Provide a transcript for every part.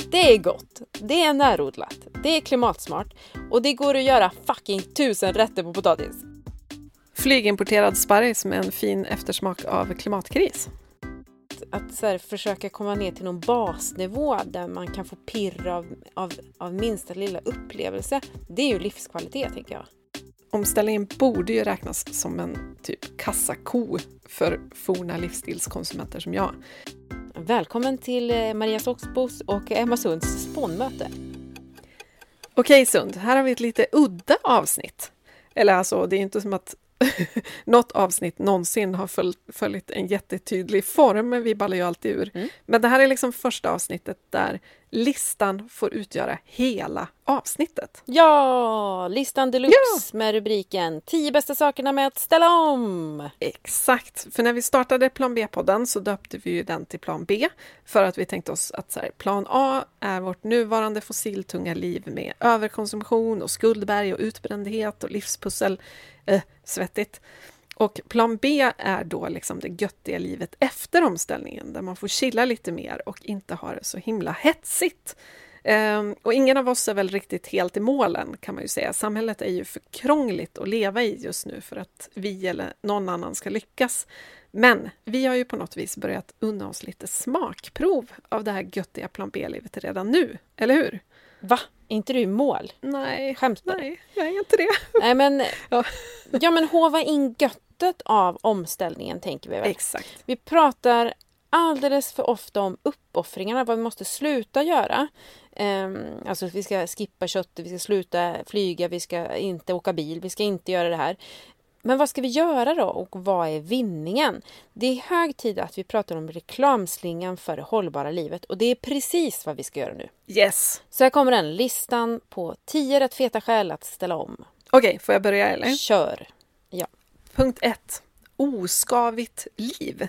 Det är gott, det är närodlat, det är klimatsmart och det går att göra fucking 1000 rätter på potatis. Flygimporterad sparris med en fin eftersmak av klimatkris. Att så här, försöka komma ner till någon basnivå där man kan få pirr av minsta lilla upplevelse. Det är ju livskvalitet, tänker jag. Omställningen borde ju räknas som en typ kassako för forna livsstilskonsumenter som jag. Välkommen till Maria Soxbos och Emma Sunds spånmöte. Okej Sund, här har vi ett lite udda avsnitt. Eller alltså, det är inte som att något avsnitt någonsin har följt en jättetydlig form, men vi ballar ju alltid ur. Men det här är liksom första avsnittet där listan får utgöra hela avsnittet. Ja, listan deluxe med rubriken 10 bästa sakerna med att ställa om. Exakt, för när vi startade Plan B-podden så döpte vi ju den till Plan B för att vi tänkte oss att så här, Plan A är vårt nuvarande fossiltunga liv med överkonsumtion och skuldberg och utbrändhet och livspussel. Svettigt. Och plan B är då liksom det göttiga livet efter omställningen där man får chilla lite mer och inte ha det så himla hetsigt. Och ingen av oss är väl riktigt helt i målen, kan man ju säga. Samhället är ju för krångligt att leva i just nu för att vi eller någon annan ska lyckas. Men vi har ju på något vis börjat unna oss lite smakprov av det här göttiga plan B-livet redan nu, eller hur? Va? Är inte du i mål? Nej, Skämtar. Nej, jag är inte det. Nej, men, ja, men hova in göttet av omställningen, tänker vi väl. Exakt. Vi pratar alldeles för ofta om uppoffringarna, vad vi måste sluta göra. Alltså vi ska skippa köttet, vi ska sluta flyga, vi ska inte åka bil, vi ska inte göra det här. Men vad ska vi göra då och vad är vinningen? Det är hög tid att vi pratar om reklamslingan för det hållbara livet och det är precis vad vi ska göra nu. Yes. Så här kommer den listan på 10 rätt feta skäl att ställa om. Okej, får jag börja eller? Kör. Ja. Punkt 1. Oskavigt liv.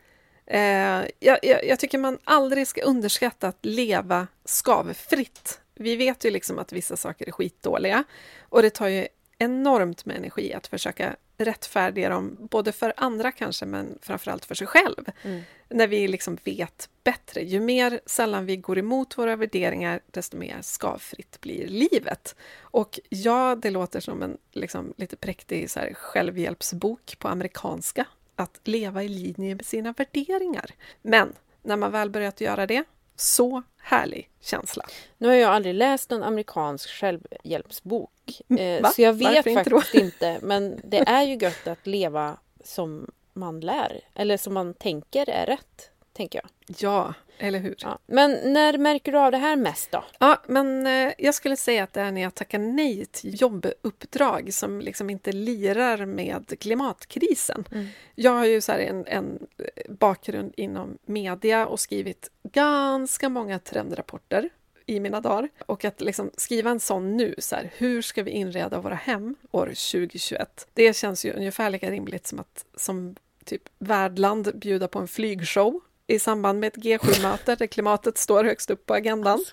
Jag tycker man aldrig ska underskatta att leva skavfritt. Vi vet ju liksom att vissa saker är skitdåliga och det tar ju enormt med energi att försöka rättfärdiga dem både för andra kanske men framförallt för sig själv. När vi liksom vet bättre. Ju mer sällan vi går emot våra värderingar desto mer skavfritt blir livet. Och ja, det låter som en liksom lite präktig så här, självhjälpsbok på amerikanska. Att leva i linje med sina värderingar. Men när man väl börjat göra det, så härlig känsla. Nu har jag aldrig läst någon amerikansk självhjälpsbok. Va? Så jag vet Varför faktiskt inte. Men det är ju gött att leva som man lär. Eller som man tänker är rätt, tänker jag. Ja, eller hur? Ja. Men när märker du av det här mest då? Ja, men jag skulle säga att det är när jag tackar nej till jobbuppdrag som liksom inte lirar med klimatkrisen. Jag har ju så här en bakgrund inom media och skrivit ganska många trendrapporter i mina dagar. Och att liksom skriva en sån nu, så här, hur ska vi inreda våra hem år 2021? Det känns ju ungefär lika rimligt som att som typ värdland bjuda på en flygshow i samband med ett G7-möte där klimatet står högst upp på agendan.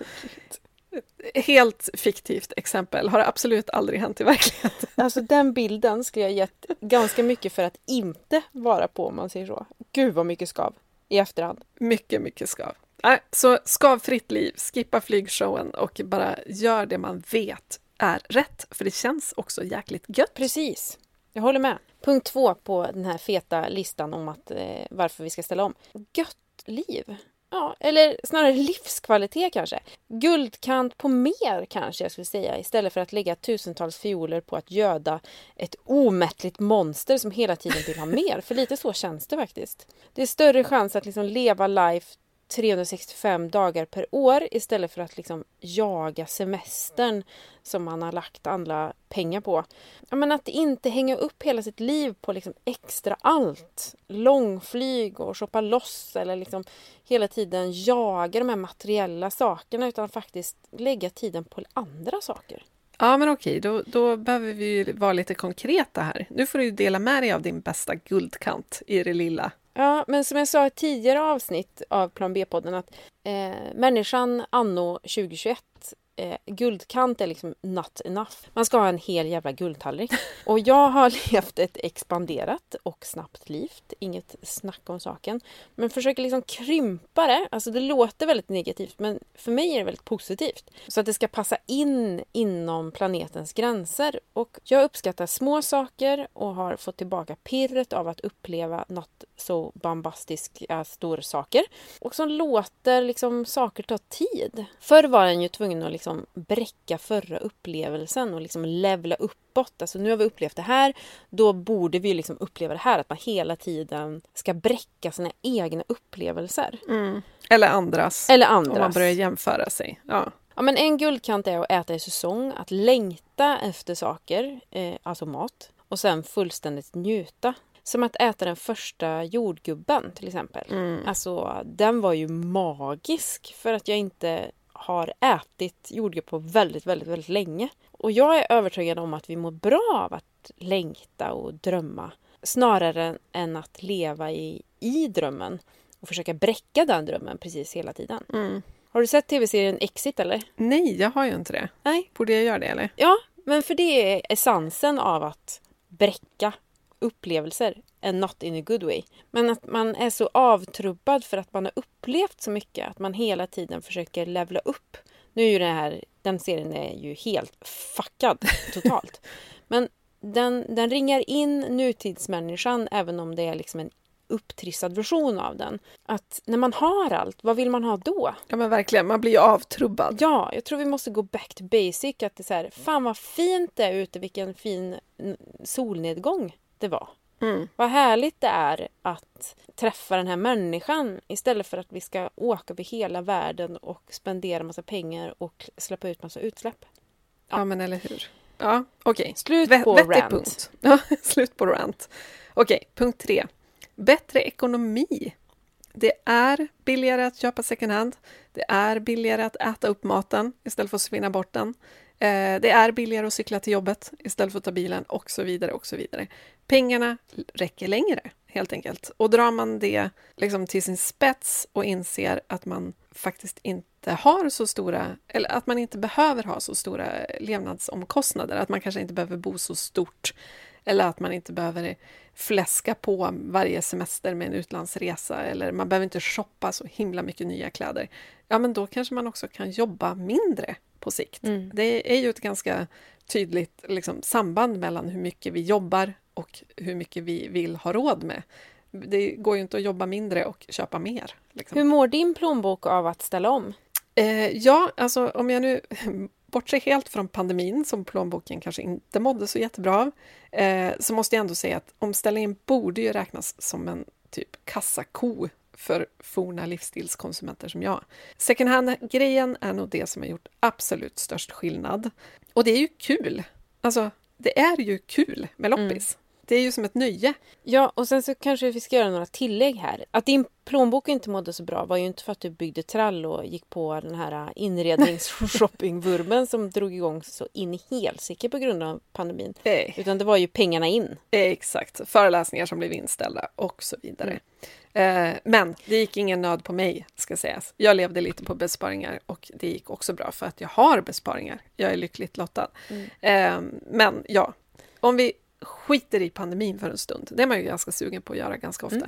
Helt fiktivt exempel. Har det absolut aldrig hänt i verkligheten. Alltså den bilden skulle jag gett ganska mycket för att inte vara på, om man säger så. Gud vad mycket skav i efterhand. Mycket, mycket skav. Så skavfritt liv, skippa flygshowen och bara gör det man vet är rätt. För det känns också jäkligt gött. Precis, jag håller med. Punkt 2 på den här feta listan om att varför vi ska ställa om. Gött liv. Ja, eller snarare livskvalitet kanske. Guldkant på mer kanske jag skulle säga. Istället för att lägga tusentals fioler på att göda ett omättligt monster som hela tiden vill ha mer. För lite så känns det faktiskt. Det är större chans att liksom leva life 365 dagar per år istället för att liksom jaga semestern som man har lagt andra pengar på. Ja, men att inte hänga upp hela sitt liv på liksom extra allt. Långflyg och shoppa loss eller liksom hela tiden jaga de här materiella sakerna utan faktiskt lägga tiden på andra saker. Ja, men okej, då behöver vi ju vara lite konkreta här. Nu får du dela med dig av din bästa guldkant i det lilla. Ja, men som jag sa i tidigare avsnitt av Plan B-podden att människan anno 2021 guldkant är liksom not enough. Man ska ha en hel jävla guldtallrik. Och jag har levt ett expanderat och snabbt liv. Inget snack om saken. Men försöker liksom krympa det. Alltså det låter väldigt negativt, men för mig är det väldigt positivt. Så att det ska passa in inom planetens gränser. Och jag uppskattar små saker och har fått tillbaka pirret av att uppleva något så bombastiska stora saker. Och som låter liksom saker ta tid. Förr var den ju tvungen att liksom bräcka förra upplevelsen och liksom levla uppåt. Alltså nu har vi upplevt det här, då borde vi liksom uppleva det här. Att man hela tiden ska bräcka sina egna upplevelser. Eller andras. Om man börjar jämföra sig. Ja. Ja, men en guldkant är att äta i säsong, att längta efter saker, alltså mat, och sen fullständigt njuta. Som att äta den första jordgubben till exempel. Alltså den var ju magisk för att jag inte har ätit jordgubb på väldigt, väldigt, väldigt länge. Och jag är övertygad om att vi mår bra av att längta och drömma. Snarare än att leva i drömmen och försöka bräcka den drömmen precis hela tiden. Har du sett tv-serien Exit eller? Nej, jag har ju inte det. Nej. Borde jag göra det eller? Ja, men för det är essensen av att bräcka upplevelser and not in a good way. Men att man är så avtrubbad för att man har upplevt så mycket att man hela tiden försöker levla upp. Nu är ju den serien är ju helt fuckad totalt. Men den ringar in nutidsmänniskan även om det är liksom en upptrissad version av den. Att när man har allt, vad vill man ha då? Ja men verkligen, man blir ju avtrubbad. Ja, jag tror vi måste gå back to basic. Att det är så här, fan vad fint det är ute, vilken fin solnedgång det var. Vad härligt det är att träffa den här människan istället för att vi ska åka över hela världen och spendera massa pengar och släppa ut massa utsläpp. Ja men eller hur. Ja, okej. Slut på rant. Punkt. Ja, slut på rant. Okej, punkt 3. Bättre ekonomi. Det är billigare att köpa second hand. Det är billigare att äta upp maten istället för att svinna bort den. Det är billigare att cykla till jobbet istället för att ta bilen och så vidare och så vidare. Pengarna räcker längre helt enkelt. Och drar man det liksom till sin spets och inser att man faktiskt inte har så stora, eller att man inte behöver ha så stora levnadsomkostnader, att man kanske inte behöver bo så stort eller att man inte behöver fläska på varje semester med en utlandsresa eller man behöver inte shoppa så himla mycket nya kläder. Ja, men då kanske man också kan jobba mindre på sikt. Det är ju ett ganska tydligt liksom, samband mellan hur mycket vi jobbar och hur mycket vi vill ha råd med. Det går ju inte att jobba mindre och köpa mer. Liksom. Hur mår din plånbok av att ställa om? Ja, alltså om jag nu bortser helt från pandemin som plånboken kanske inte mådde så jättebra av, så måste jag ändå säga att omställningen borde ju räknas som en typ kassako för forna livsstilskonsumenter som jag. Second hand-grejen är nog det som har gjort absolut störst skillnad. Och det är ju kul. Alltså, det är ju kul med loppis. Det är ju som ett nöje. Ja, och sen så kanske vi ska göra några tillägg här. Att din plånbok inte mådde så bra var ju inte för att du byggde trall och gick på den här inredningsshoppingvurmen som drog igång så in i helsike på grund av pandemin. Utan det var ju pengarna in. Exakt. Föreläsningar som blev inställda och så vidare. Men det gick ingen nöd på mig, ska sägas. Jag levde lite på besparingar och det gick också bra för att jag har besparingar. Jag är lyckligt lottad. Men ja, om vi skiter i pandemin för en stund, det är man ju ganska sugen på att göra ganska ofta,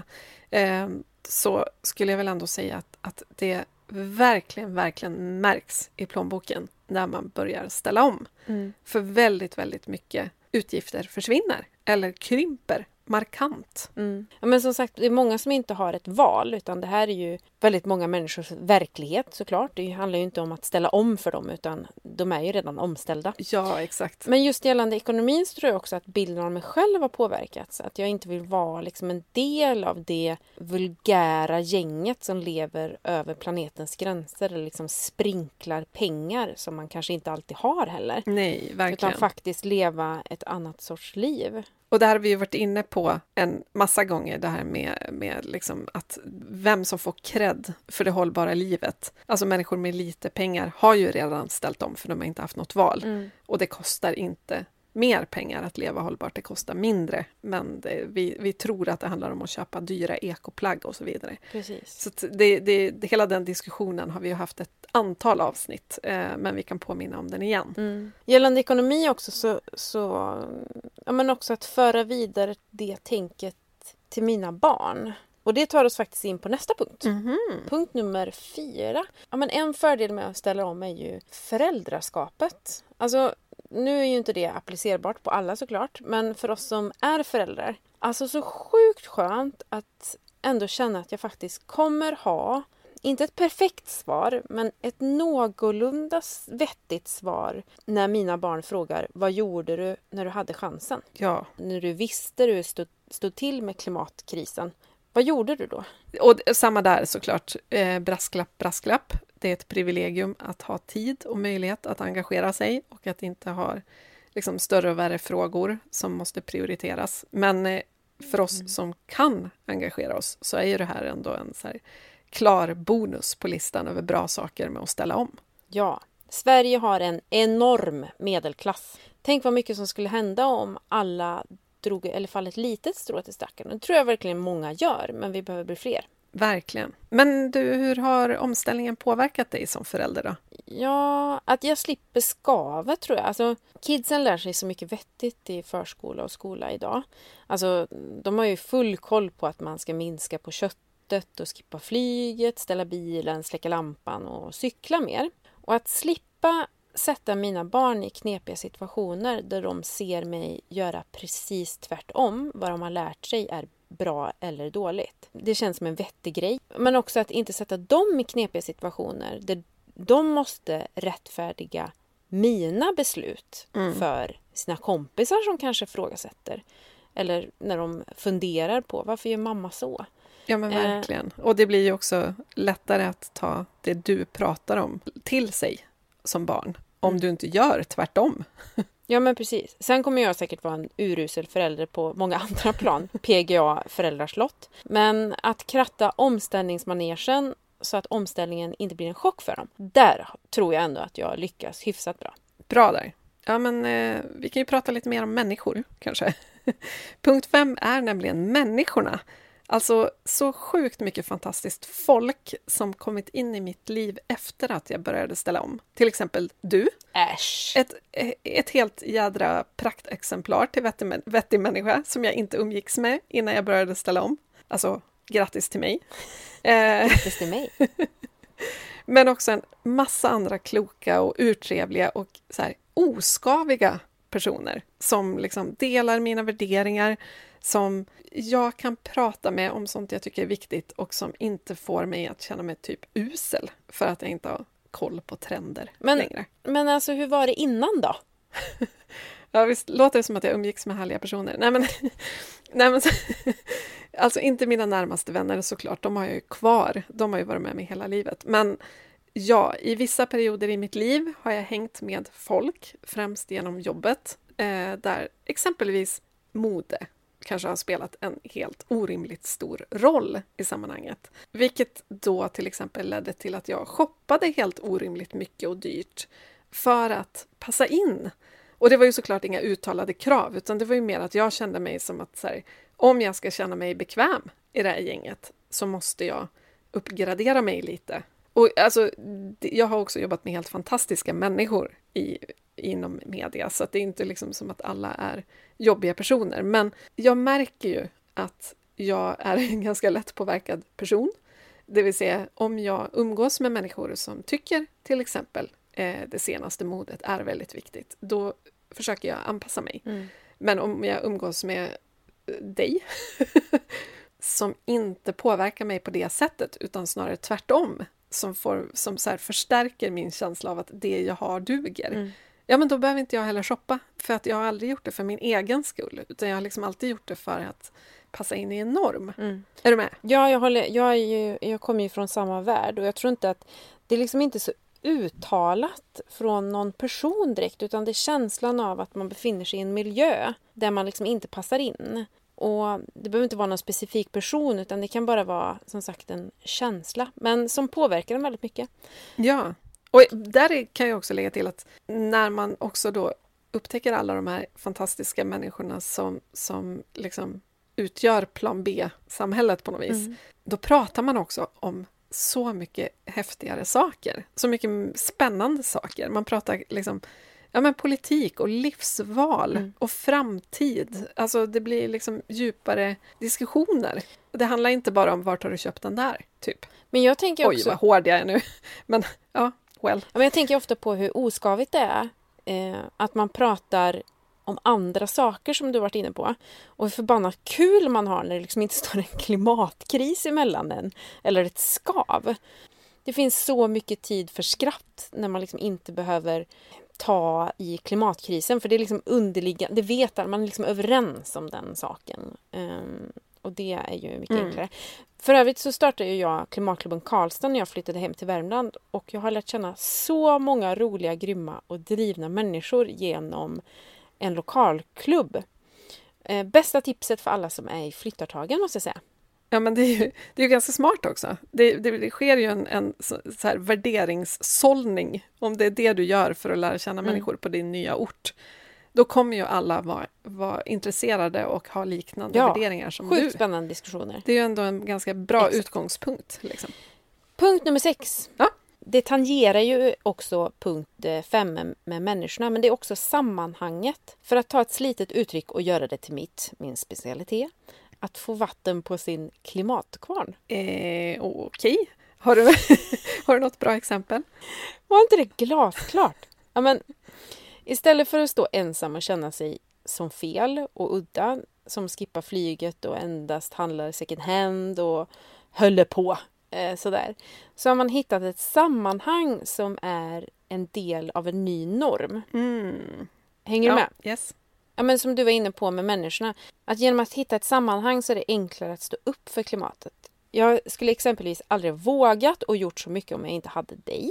så skulle jag väl ändå säga att det verkligen märks i plånboken när man börjar ställa om. För väldigt, väldigt mycket utgifter försvinner eller krymper markant. Ja, men som sagt, det är många som inte har ett val utan det här är ju väldigt många människors verklighet såklart. Det handlar ju inte om att ställa om för dem utan de är ju redan omställda. Ja, exakt. Men just gällande ekonomin så tror jag också att bilden av mig själv har påverkats. Att jag inte vill vara liksom en del av det vulgära gänget som lever över planetens gränser eller liksom sprinklar pengar som man kanske inte alltid har heller. Nej, verkligen. Utan faktiskt leva ett annat sorts liv. Och där har vi ju varit inne på en massa gånger det här med liksom att vem som får cred för det hållbara livet. Alltså människor med lite pengar har ju redan ställt om för de har inte haft något val. Och det kostar inte mer pengar att leva hållbart, det kostar mindre. Men vi tror att det handlar om att köpa dyra ekoplagg och så vidare. Precis. Så hela den diskussionen har vi ju haft ett antal avsnitt, men vi kan påminna om den igen. Gällande ekonomi också ja, men också att föra vidare det tänket till mina barn. Och det tar oss faktiskt in på nästa punkt. Punkt nummer 4. Ja, men en fördel med att ställa om är ju föräldraskapet. Alltså, nu är ju inte det applicerbart på alla såklart, men för oss som är föräldrar. Alltså så sjukt skönt att ändå känna att jag faktiskt kommer ha, inte ett perfekt svar, men ett någorlunda vettigt svar när mina barn frågar, vad gjorde du när du hade chansen? Ja. När du visste du stod till med klimatkrisen. Vad gjorde du då? Och samma där såklart, brasklapp. Det är ett privilegium att ha tid och möjlighet att engagera sig och att inte ha liksom, större och värre frågor som måste prioriteras. Men för oss som kan engagera oss så är ju det här ändå en så här klar bonus på listan över bra saker med att ställa om. Ja, Sverige har en enorm medelklass. Tänk vad mycket som skulle hända om alla drog i alla fall ett litet strå till stacken. Det tror jag verkligen många gör, men vi behöver bli fler. Verkligen. Men du, hur har omställningen påverkat dig som förälder då? Ja, att jag slipper skavet tror jag. Alltså, kidsen lär sig så mycket vettigt i förskola och skola idag. Alltså, de har ju full koll på att man ska minska på köttet och skippa flyget, ställa bilen, släcka lampan och cykla mer. Och att slippa sätta mina barn i knepiga situationer där de ser mig göra precis tvärtom vad de har lärt sig är bra eller dåligt. Det känns som en vettig grej. Men också att inte sätta dem i knepiga situationer där de måste rättfärdiga mina beslut för sina kompisar som kanske ifrågasätter. Eller när de funderar på varför gör mamma så? Ja men verkligen. Och det blir ju också lättare att ta det du pratar om till sig som barn. Om du inte gör tvärtom. Ja men precis. Sen kommer jag säkert vara en urusel förälder på många andra plan. PGA föräldraslott. Men att kratta omställningsmanegen så att omställningen inte blir en chock för dem. Där tror jag ändå att jag lyckas hyfsat bra. Bra där. Ja men vi kan ju prata lite mer om människor kanske. Punkt 5 är nämligen människorna. Alltså så sjukt mycket fantastiskt folk som kommit in i mitt liv efter att jag började ställa om. Till exempel du. Äsch. Ett helt jädra praktexemplar till vettig människa som jag inte umgicks med innan jag började ställa om. Alltså, grattis till mig. Grattis till mig. Men också en massa andra kloka och urtrevliga och så här, oskaviga personer som liksom delar mina värderingar, som jag kan prata med om sånt jag tycker är viktigt och som inte får mig att känna mig typ usel för att jag inte har koll på trender längre. Men alltså hur var det innan då? Ja, visst låter det som att jag umgicks med härliga personer. Nej men alltså inte mina närmaste vänner såklart, de har jag ju kvar. De har ju varit med mig hela livet. Men ja, i vissa perioder i mitt liv har jag hängt med folk, främst genom jobbet, där exempelvis mode kanske har spelat en helt orimligt stor roll i sammanhanget. Vilket då till exempel ledde till att jag shoppade helt orimligt mycket och dyrt för att passa in. Och det var ju såklart inga uttalade krav, utan det var ju mer att jag kände mig som att så här, om jag ska känna mig bekväm i det här gänget så måste jag uppgradera mig lite. Och alltså, jag har också jobbat med helt fantastiska människor inom media, så att det är inte liksom som att alla är jobbiga personer. Men jag märker ju att jag är en ganska lätt påverkad person. Det vill säga, om jag umgås med människor som tycker till exempel det senaste modet är väldigt viktigt, då försöker jag anpassa mig. Men om jag umgås med dig som inte påverkar mig på det sättet, utan snarare tvärtom, som så här förstärker min känsla av att det jag har duger. Ja, men då behöver inte jag heller shoppa, för att jag har aldrig gjort det för min egen skull, utan jag har liksom alltid gjort det för att passa in i en norm. Är du med? Ja, jag kommer ju från samma värld och jag tror inte att det är liksom inte så uttalat från någon person direkt, utan det är känslan av att man befinner sig i en miljö där man liksom inte passar in. Och det behöver inte vara någon specifik person, utan det kan bara vara som sagt en känsla, men som påverkar en väldigt mycket. Ja, och där kan jag också lägga till att när man också då upptäcker alla de här fantastiska människorna som liksom utgör plan B-samhället på något vis, då pratar man också om så mycket häftigare saker. Så mycket spännande saker. Man pratar liksom politik och livsval och framtid. Alltså det blir liksom djupare diskussioner. Det handlar inte bara om vart har du köpt den där, typ. Men jag tänker också... Oj, vad hård jag är nu. Men well. Men jag tänker ofta på hur oskavigt det är. Att man pratar om andra saker som du varit inne på. Och hur förbannat kul man har när det liksom inte står en klimatkris emellan en. Eller ett skav. Det finns så mycket tid för skratt när man liksom inte behöver ta i klimatkrisen. För det är liksom underliggande, det vet man är liksom överens om den saken. Och det är ju mycket enklare. För övrigt så startade ju jag Klimatklubben Karlstad när jag flyttade hem till Värmland. Och jag har lärt känna så många roliga, grymma och drivna människor genom en lokalklubb. Bästa tipset för alla som är i flyttartagen, måste jag säga. Ja, men det är ju ganska smart också. Det sker ju en så här värderingssållning, om det är det du gör för att lära känna människor på din nya ort. Då kommer ju alla vara intresserade och ha liknande värderingar som du. Sjukt spännande diskussioner. Det är ju ändå en ganska bra utgångspunkt. Liksom. Punkt nummer 6. Ja. Det tangerar ju också punkt 5 med människorna, men det är också sammanhanget. För att ta ett slitet uttryck och göra det till min specialitet. Att få vatten på sin klimatkvarn. Okej. Har du något bra exempel? Var inte det glasklart? Ja, men istället för att stå ensam och känna sig som fel och udda, som skippar flyget och endast handlar second hand och håller på sådär, så har man hittat ett sammanhang som är en del av en ny norm. Hänger du med? Yes. Ja, men som du var inne på med människorna. Att genom att hitta ett sammanhang så är det enklare att stå upp för klimatet. Jag skulle exempelvis aldrig vågat och gjort så mycket om jag inte hade dig.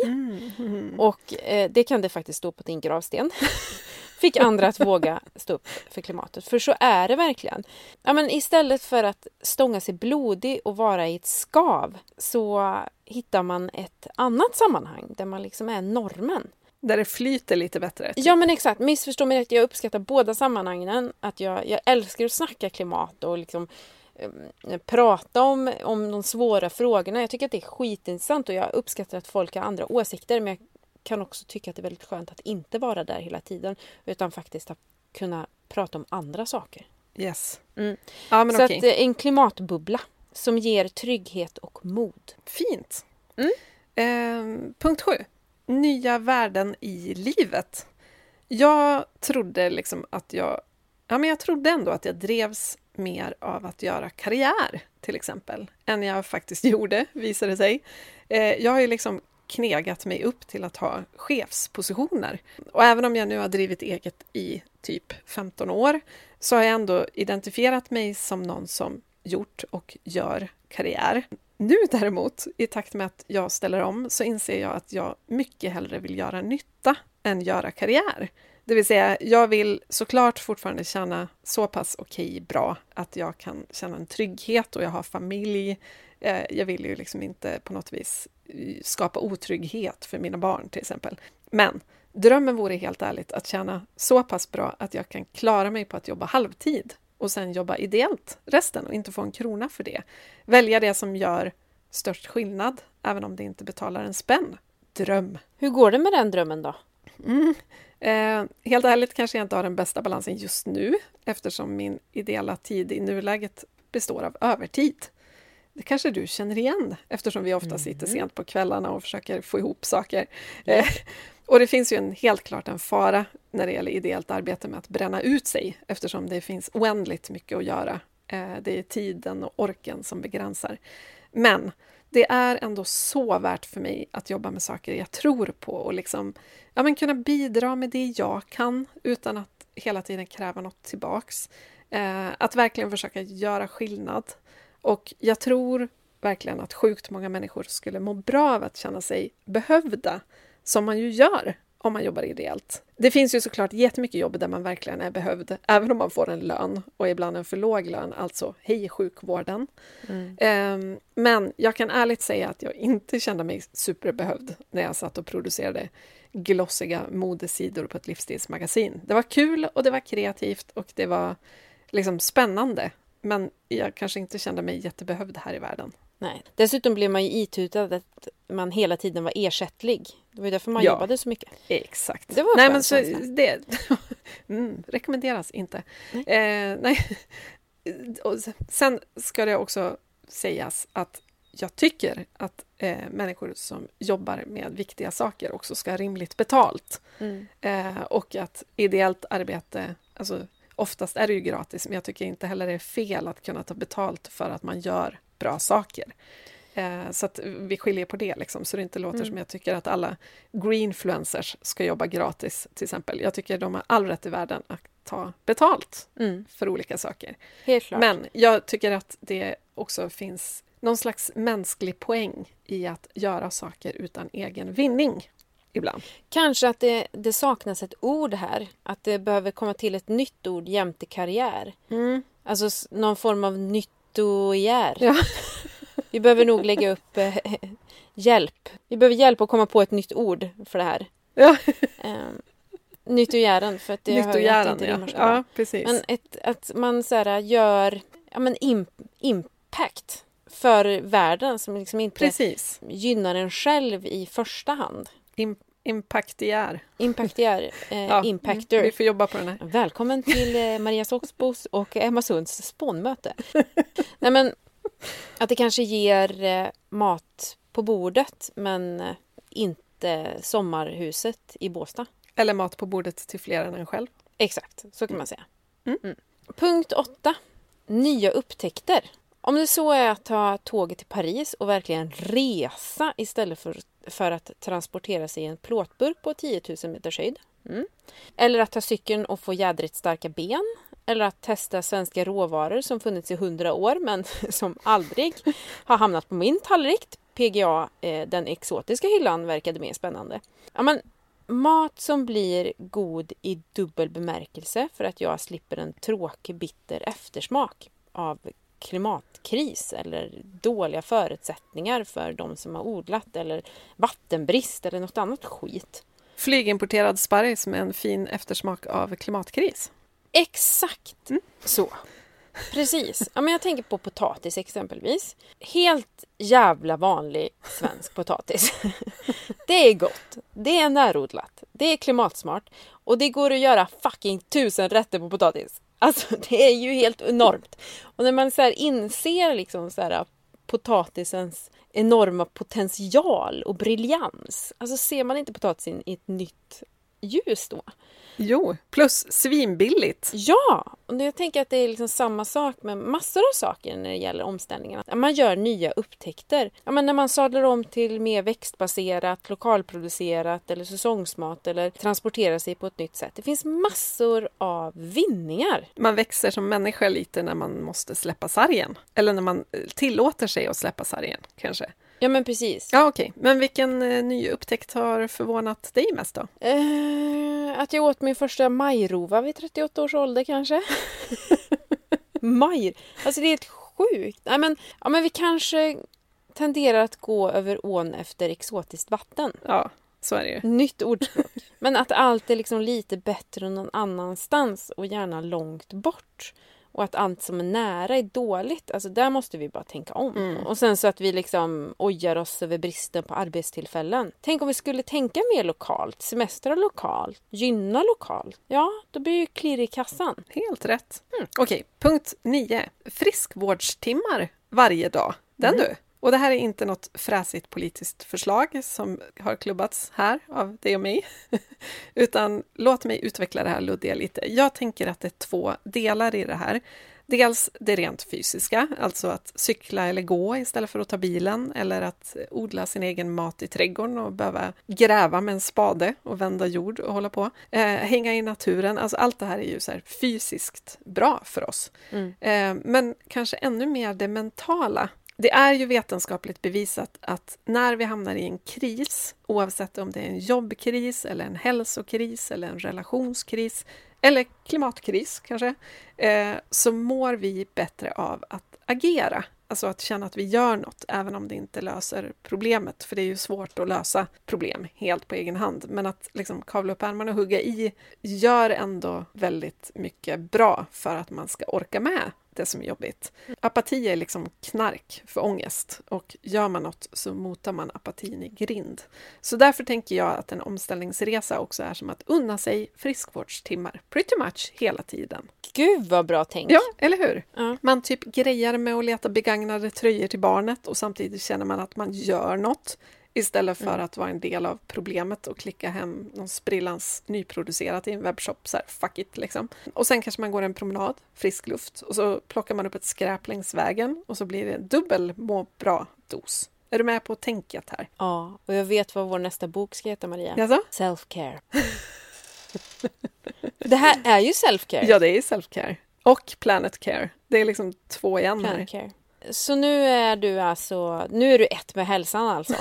Och det kan det faktiskt stå på din gravsten. Fick andra att våga stå upp för klimatet. För så är det verkligen. Ja, men istället för att stånga sig blodig och vara i ett skav, så hittar man ett annat sammanhang där man liksom är normen. Där det flyter lite bättre. Ja, men exakt. Missförstå mig rätt. Jag uppskattar båda sammanhangen. Att jag älskar att snacka klimat och liksom prata om de svåra frågorna. Jag tycker att det är skitintressant och jag uppskattar att folk har andra åsikter. Men jag kan också tycka att det är väldigt skönt att inte vara där hela tiden. Utan faktiskt att kunna prata om andra saker. Yes. Ja, men så att en klimatbubbla som ger trygghet och mod. Fint. Punkt 7. Nya värden i livet. Jag trodde liksom att jag trodde ändå att jag drevs mer av att göra karriär, till exempel, än jag faktiskt gjorde, visade det sig. Jag har ju liksom knegat mig upp till att ha chefspositioner. Och även om jag nu har drivit eget i typ 15 år, så har jag ändå identifierat mig som någon som gjort och gör karriär. Nu däremot, i takt med att jag ställer om, så inser jag att jag mycket hellre vill göra nytta än göra karriär. Det vill säga, jag vill såklart fortfarande känna så pass bra att jag kan känna en trygghet och jag har familj. Jag vill ju liksom inte på något vis skapa otrygghet för mina barn till exempel. Men drömmen vore helt ärligt att känna så pass bra att jag kan klara mig på att jobba halvtid och sen jobba ideellt resten och inte få en krona för det. Välja det som gör störst skillnad, även om det inte betalar en spänn. Dröm. Hur går det med den drömmen då? Helt ärligt kanske jag inte har den bästa balansen just nu, eftersom min ideella tid i nuläget består av övertid. Det kanske du känner igen, eftersom vi ofta sitter sent på kvällarna och försöker få ihop saker. Och det finns ju helt klart en fara när det gäller ideellt arbete med att bränna ut sig, eftersom det finns oändligt mycket att göra. Det är tiden och orken som begränsar. Men det är ändå så värt för mig att jobba med saker jag tror på och liksom, kunna bidra med det jag kan utan att hela tiden kräva något tillbaks. Att verkligen försöka göra skillnad. Och jag tror verkligen att sjukt många människor skulle må bra av att känna sig behövda, som man ju gör om man jobbar ideellt. Det finns ju såklart jättemycket jobb där man verkligen är behövd, även om man får en lön och ibland en för låg lön, alltså hej sjukvården. Men jag kan ärligt säga att jag inte kände mig superbehövd när jag satt och producerade glossiga modesidor på ett livsstilsmagasin. Det var kul och det var kreativt och det var liksom spännande, men jag kanske inte kände mig jättebehövd här i världen. Nej. Dessutom blev man ju itutad att man hela tiden var ersättlig. Det var ju därför man jobbade så mycket. Exakt. Det var nej, men så det rekommenderas inte. Nej. Och sen ska det också sägas att jag tycker att människor som jobbar med viktiga saker också ska ha rimligt betalt. Och att ideellt arbete, alltså oftast är det ju gratis, men jag tycker inte heller det är fel att kunna ta betalt för att man gör bra saker. Så att vi skiljer på det liksom, så det inte låter som jag tycker att alla greenfluencers ska jobba gratis till exempel. Jag tycker de har all rätt i världen att ta betalt för olika saker. Helt klart. Men jag tycker att det också finns någon slags mänsklig poäng i att göra saker utan egen vinning ibland. Kanske att det saknas ett ord här. Att det behöver komma till ett nytt ord jämte karriär. Alltså någon form av nyttoiär. Ja. Vi behöver nog lägga upp hjälp. Vi behöver hjälp att komma på ett nytt ord för det här. Ja. Nyttoiären, för att det har jag inte rimmar så bra. Ja, precis. Men att man så här, gör impact för världen som liksom inte gynnar en själv i första hand. Impactiär. Impactor. Vi får jobba på den här. Välkommen till Maria Soxbos och Emma Sunds spånmöte. Nej, men att det kanske ger mat på bordet, men inte sommarhuset i Båstad. Eller mat på bordet till fler än en själv. Exakt, så kan man säga. Punkt 8. Nya upptäckter. Om det så är att ta tåget till Paris och verkligen resa istället för att transportera sig i en plåtburk på 10 000 meters höjd. Eller att ta cykeln och få jädrigt starka ben. Eller att testa svenska råvaror som funnits i 100 år men som aldrig har hamnat på min tallrik. PGA, den exotiska hyllan, verkade mer spännande. Ja, men mat som blir god i dubbel bemärkelse för att jag slipper en tråkig, bitter eftersmak av klimatkris eller dåliga förutsättningar för de som har odlat eller vattenbrist eller något annat skit. Flygimporterad sparris med en fin eftersmak av klimatkris. Exakt så. Precis. Ja, men jag tänker på potatis exempelvis. Helt jävla vanlig svensk potatis. Det är gott. Det är närodlat. Det är klimatsmart. Och det går att göra fucking 1000 rätter på potatis. Alltså det är ju helt enormt. Och när man så här inser liksom så här potatisens enorma potential och briljans. Alltså ser man inte potatisen i ett nytt ljus då? Jo, plus svinbilligt. Ja, och jag tänker att det är liksom samma sak med massor av saker när det gäller omställningarna. Man gör nya upptäckter. Ja, men när man sadlar om till mer växtbaserat, lokalproducerat eller säsongsmat eller transporterar sig på ett nytt sätt. Det finns massor av vinningar. Man växer som människa lite när man måste släppa sargen. Eller när man tillåter sig att släppa sargen, kanske. Ja, men precis. Ja, okej. Men vilken ny upptäckt har förvånat dig mest då? Att jag åt min första majrova vid 38 års ålder kanske. Majr. Alltså det är ett sjukt. Nej, men vi kanske tenderar att gå över ån efter exotiskt vatten. Ja, så är det ju. Nytt ordspråk. Men att allt är liksom lite bättre än någon annanstans och gärna långt bort. Och att allt som är nära är dåligt. Alltså där måste vi bara tänka om. Och sen så att vi liksom ojar oss över bristen på arbetstillfällen. Tänk om vi skulle tänka mer lokalt. Semestra lokalt. Gynna lokalt. Ja, då blir ju klirr i kassan. Helt rätt. Okej, punkt 9. Friskvårdstimmar varje dag. Den du. Och det här är inte något fräsigt politiskt förslag som har klubbats här av dig och mig. Utan låt mig utveckla det här luddiga lite. Jag tänker att det är 2 delar i det här. Dels det rent fysiska, alltså att cykla eller gå istället för att ta bilen. Eller att odla sin egen mat i trädgården och behöva gräva med en spade och vända jord och hålla på. Hänga i naturen, alltså allt det här är ju så här fysiskt bra för oss. Men kanske ännu mer det mentala. Det är ju vetenskapligt bevisat att när vi hamnar i en kris, oavsett om det är en jobbkris eller en hälsokris eller en relationskris eller klimatkris kanske, så mår vi bättre av att agera. Alltså att känna att vi gör något, även om det inte löser problemet. För det är ju svårt att lösa problem helt på egen hand. Men att liksom kavla upp ärmarna och hugga i gör ändå väldigt mycket bra för att man ska orka med det som är jobbigt. Apati är liksom knark för ångest. Och gör man något så motar man apatin i grind. Så därför tänker jag att en omställningsresa också är som att unna sig friskvårdstimmar. Pretty much hela tiden. Gud vad bra tänkt! Ja, eller hur? Ja. Man typ grejar med att leta begagnade tröjor till barnet och samtidigt känner man att man gör något istället för att vara en del av problemet och klicka hem någon sprillans nyproducerat i en webbshop. Så här, fuck it liksom. Och sen kanske man går en promenad, frisk luft och så plockar man upp ett skräp längs vägen och så blir det dubbel må bra dos. Är du med på tänket här? Ja, och jag vet vad vår nästa bok ska heta, Maria. Jaså? Self-care. Det här är ju self-care. Ja, det är self-care. Och planet care. Det är liksom 2 igen här. Planet care. Så nu är du ett med hälsan alltså?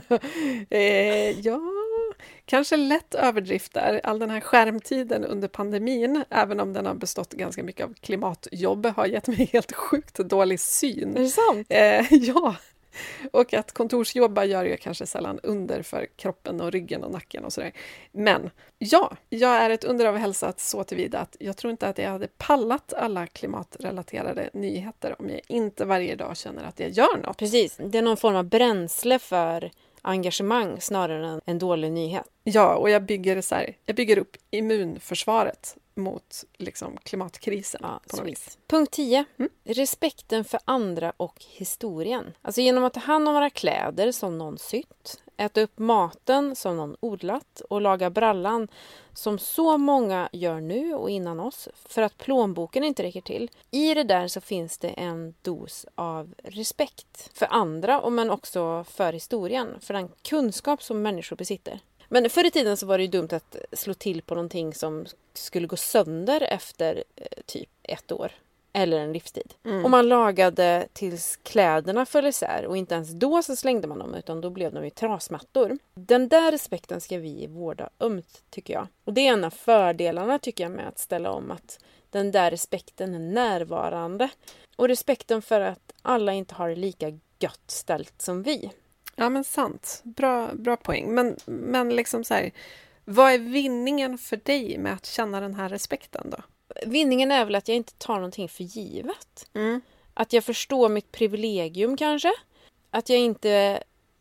Ja, kanske lätt överdrift där. All den här skärmtiden under pandemin, även om den har bestått ganska mycket av klimatjobb, har gett mig helt sjukt dålig syn. Är det sant? Ja, och att kontorsjobba gör ju kanske sällan under för kroppen och ryggen och nacken och sådär. Men ja, jag är ett under av hälsa så tillvida att jag tror inte att jag hade pallat alla klimatrelaterade nyheter om jag inte varje dag känner att jag gör något. Precis, det är någon form av bränsle för engagemang snarare än en dålig nyhet. Ja, och jag bygger upp immunförsvaret mot liksom klimatkrisen. Ja, på något vis. Punkt 10. Respekten för andra och historien. Alltså genom att ta hand om våra kläder som någon sytt, äta upp maten som någon odlat och laga brallan som så många gör nu och innan oss för att plånboken inte räcker till. I det där så finns det en dos av respekt för andra men också för historien, för den kunskap som människor besitter. Men förr i tiden så var det ju dumt att slå till på någonting som skulle gå sönder efter typ 1 år. Eller en livstid. Och man lagade tills kläderna föll isär. Och inte ens då så slängde man dem, utan då blev de ju trasmattor. Den där respekten ska vi vårda ömt, tycker jag. Och det är en av fördelarna, tycker jag, med att ställa om. Att den där respekten är närvarande. Och respekten för att alla inte har det lika gött ställt som vi. Ja, men sant. Bra poäng. Men liksom så här, vad är vinningen för dig med att känna den här respekten då? Vinningen är väl att jag inte tar någonting för givet. Att jag förstår mitt privilegium kanske. Att jag inte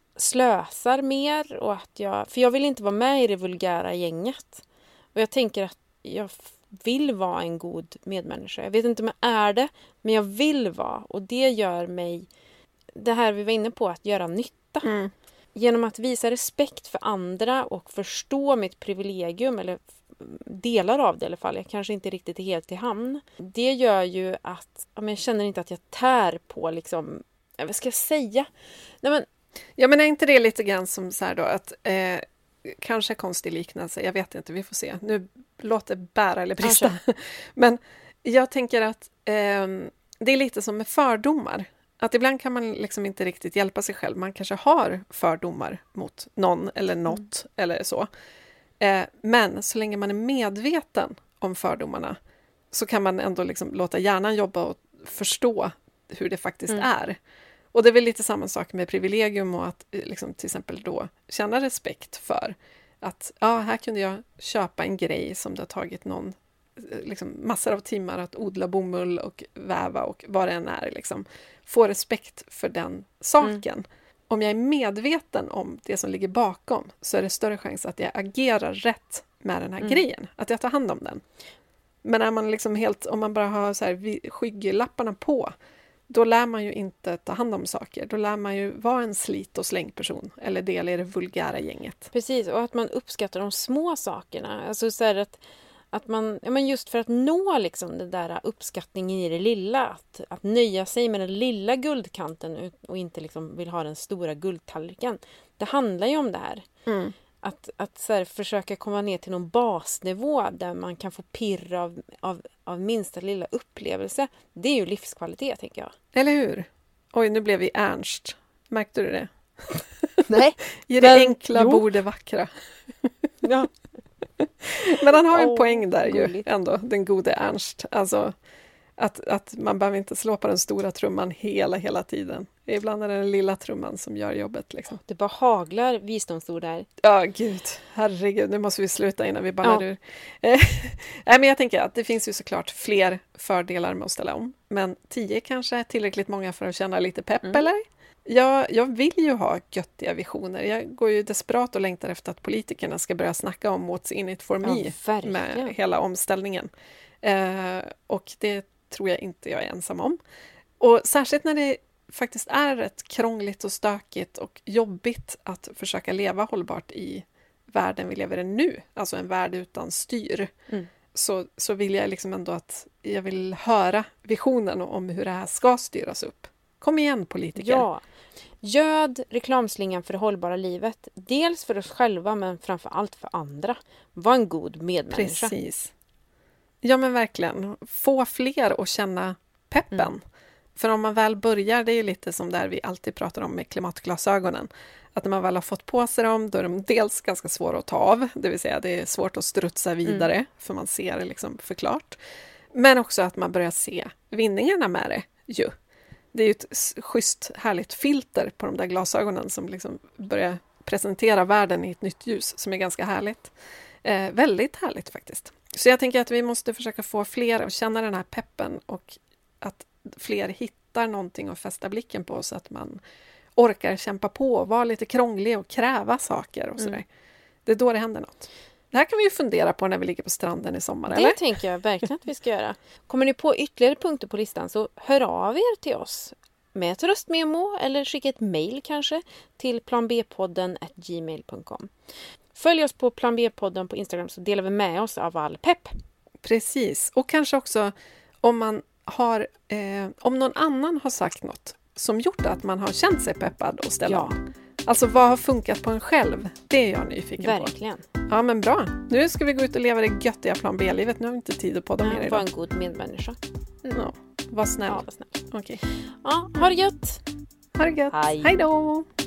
slösar mer. Och för jag vill inte vara med i det vulgära gänget. Och jag tänker att jag vill vara en god medmänniska. Jag vet inte om jag är det, men jag vill vara. Och det gör mig, det här vi var inne på, att göra nytta. Genom att visa respekt för andra och förstå mitt privilegium, eller delar av det i alla fall, jag kanske inte riktigt är helt i hamn. Det gör ju att jag känner inte att jag tär på liksom, vad ska jag säga? Ja, men är inte det lite grann som så här då att kanske konstig liknelse, jag vet inte, vi får se. Nu låter bära eller brista. Men jag tänker att det är lite som med fördomar. Att ibland kan man liksom inte riktigt hjälpa sig själv. Man kanske har fördomar mot någon eller något eller så. Men så länge man är medveten om fördomarna så kan man ändå liksom låta hjärnan jobba och förstå hur det faktiskt är. Och det är väl lite samma sak med privilegium och att liksom, till exempel då känna respekt för att här kunde jag köpa en grej som det har tagit någon liksom, massor av timmar att odla bomull och väva och vad det än är. Liksom. Få respekt för den saken. Om jag är medveten om det som ligger bakom så är det större chans att jag agerar rätt med den här grejen. Att jag tar hand om den. Men är man liksom helt, om man bara har så här skygglapparna på, då lär man ju inte ta hand om saker. Då lär man ju vara en slit- och slängperson. Eller del i det vulgära gänget. Precis, och att man uppskattar de små sakerna. Alltså så här att man, men just för att nå liksom den där uppskattningen i det lilla. Att nöja sig med den lilla guldkanten och inte liksom vill ha den stora guldtallriken. Det handlar ju om det här. Att så här, försöka komma ner till någon basnivå där man kan få pirr av minsta lilla upplevelse. Det är ju livskvalitet, tänker jag. Eller hur? Oj, nu blev vi Ernst. Märkte du det? Nej. I det Men, enkla jo. bor det vackra. Ja. Men han har ju en poäng där gulligt. ju ändå, den gode Ernst. Alltså att man behöver inte slå på den stora trumman hela tiden. Ibland är det den lilla trumman som gör jobbet. Liksom. Det bara haglar visdomsord där. Ja, gud. Herregud, nu måste vi sluta innan vi ballar ur. Nej, men jag tänker att det finns ju såklart fler fördelar med att ställa om. Men 10 kanske är tillräckligt många för att känna lite pepp, eller? Jag vill ju ha göttiga visioner. Jag går ju desperat och längtar efter att politikerna ska börja snacka om what's in it for me med hela omställningen. Och det tror jag inte jag är ensam om. Och särskilt när det faktiskt är rätt krångligt och stökigt och jobbigt att försöka leva hållbart i världen vi lever i nu. Alltså en värld utan styr. Så vill jag liksom ändå att jag vill höra visionen om hur det här ska styras upp. Kom igen, politiker. Ja. Göd reklamslingan för det hållbara livet. Dels för oss själva, men framför allt för andra. Var en god medmänniska. Precis. Ja, men verkligen. Få fler att känna peppen. För om man väl börjar, det är ju lite som där vi alltid pratar om med klimatglasögonen. Att när man väl har fått på sig dem, då är de dels ganska svåra att ta av. Det vill säga, det är svårt att strutsa vidare, för man ser det liksom förklart. Men också att man börjar se vinningarna med det ju. Det är ju ett schysst, härligt filter på de där glasögonen som liksom börjar presentera världen i ett nytt ljus som är ganska härligt. Väldigt härligt faktiskt. Så jag tänker att vi måste försöka få fler att känna den här peppen och att fler hittar någonting att fästa blicken på så att man orkar kämpa på och vara lite krånglig och kräva saker och sådär. Det är då det händer något. Det här kan vi ju fundera på när vi ligger på stranden i sommar, eller? Det tänker jag verkligen att vi ska göra. Kommer ni på ytterligare punkter på listan så hör av er till oss med ett röstmemo eller skicka ett mejl kanske till planbpodden@gmail.com. Följ oss på Plan B-podden på Instagram så delar vi med oss av all pepp. Precis, och kanske också om man har om någon annan har sagt något som gjort att man har känt sig peppad och ställa om. Alltså vad har funkat på en själv? Det är jag nyfiken Verkligen. på. Ja, men bra. Nu ska vi gå ut och leva det göttiga Plan B-livet. Nu har vi inte tid att podda mer idag. Var en god medmänniska. Ja, var snäll. Ja, var snäll. Okej. Ja, ha det gött! Ha det gött. Hej. Hej då!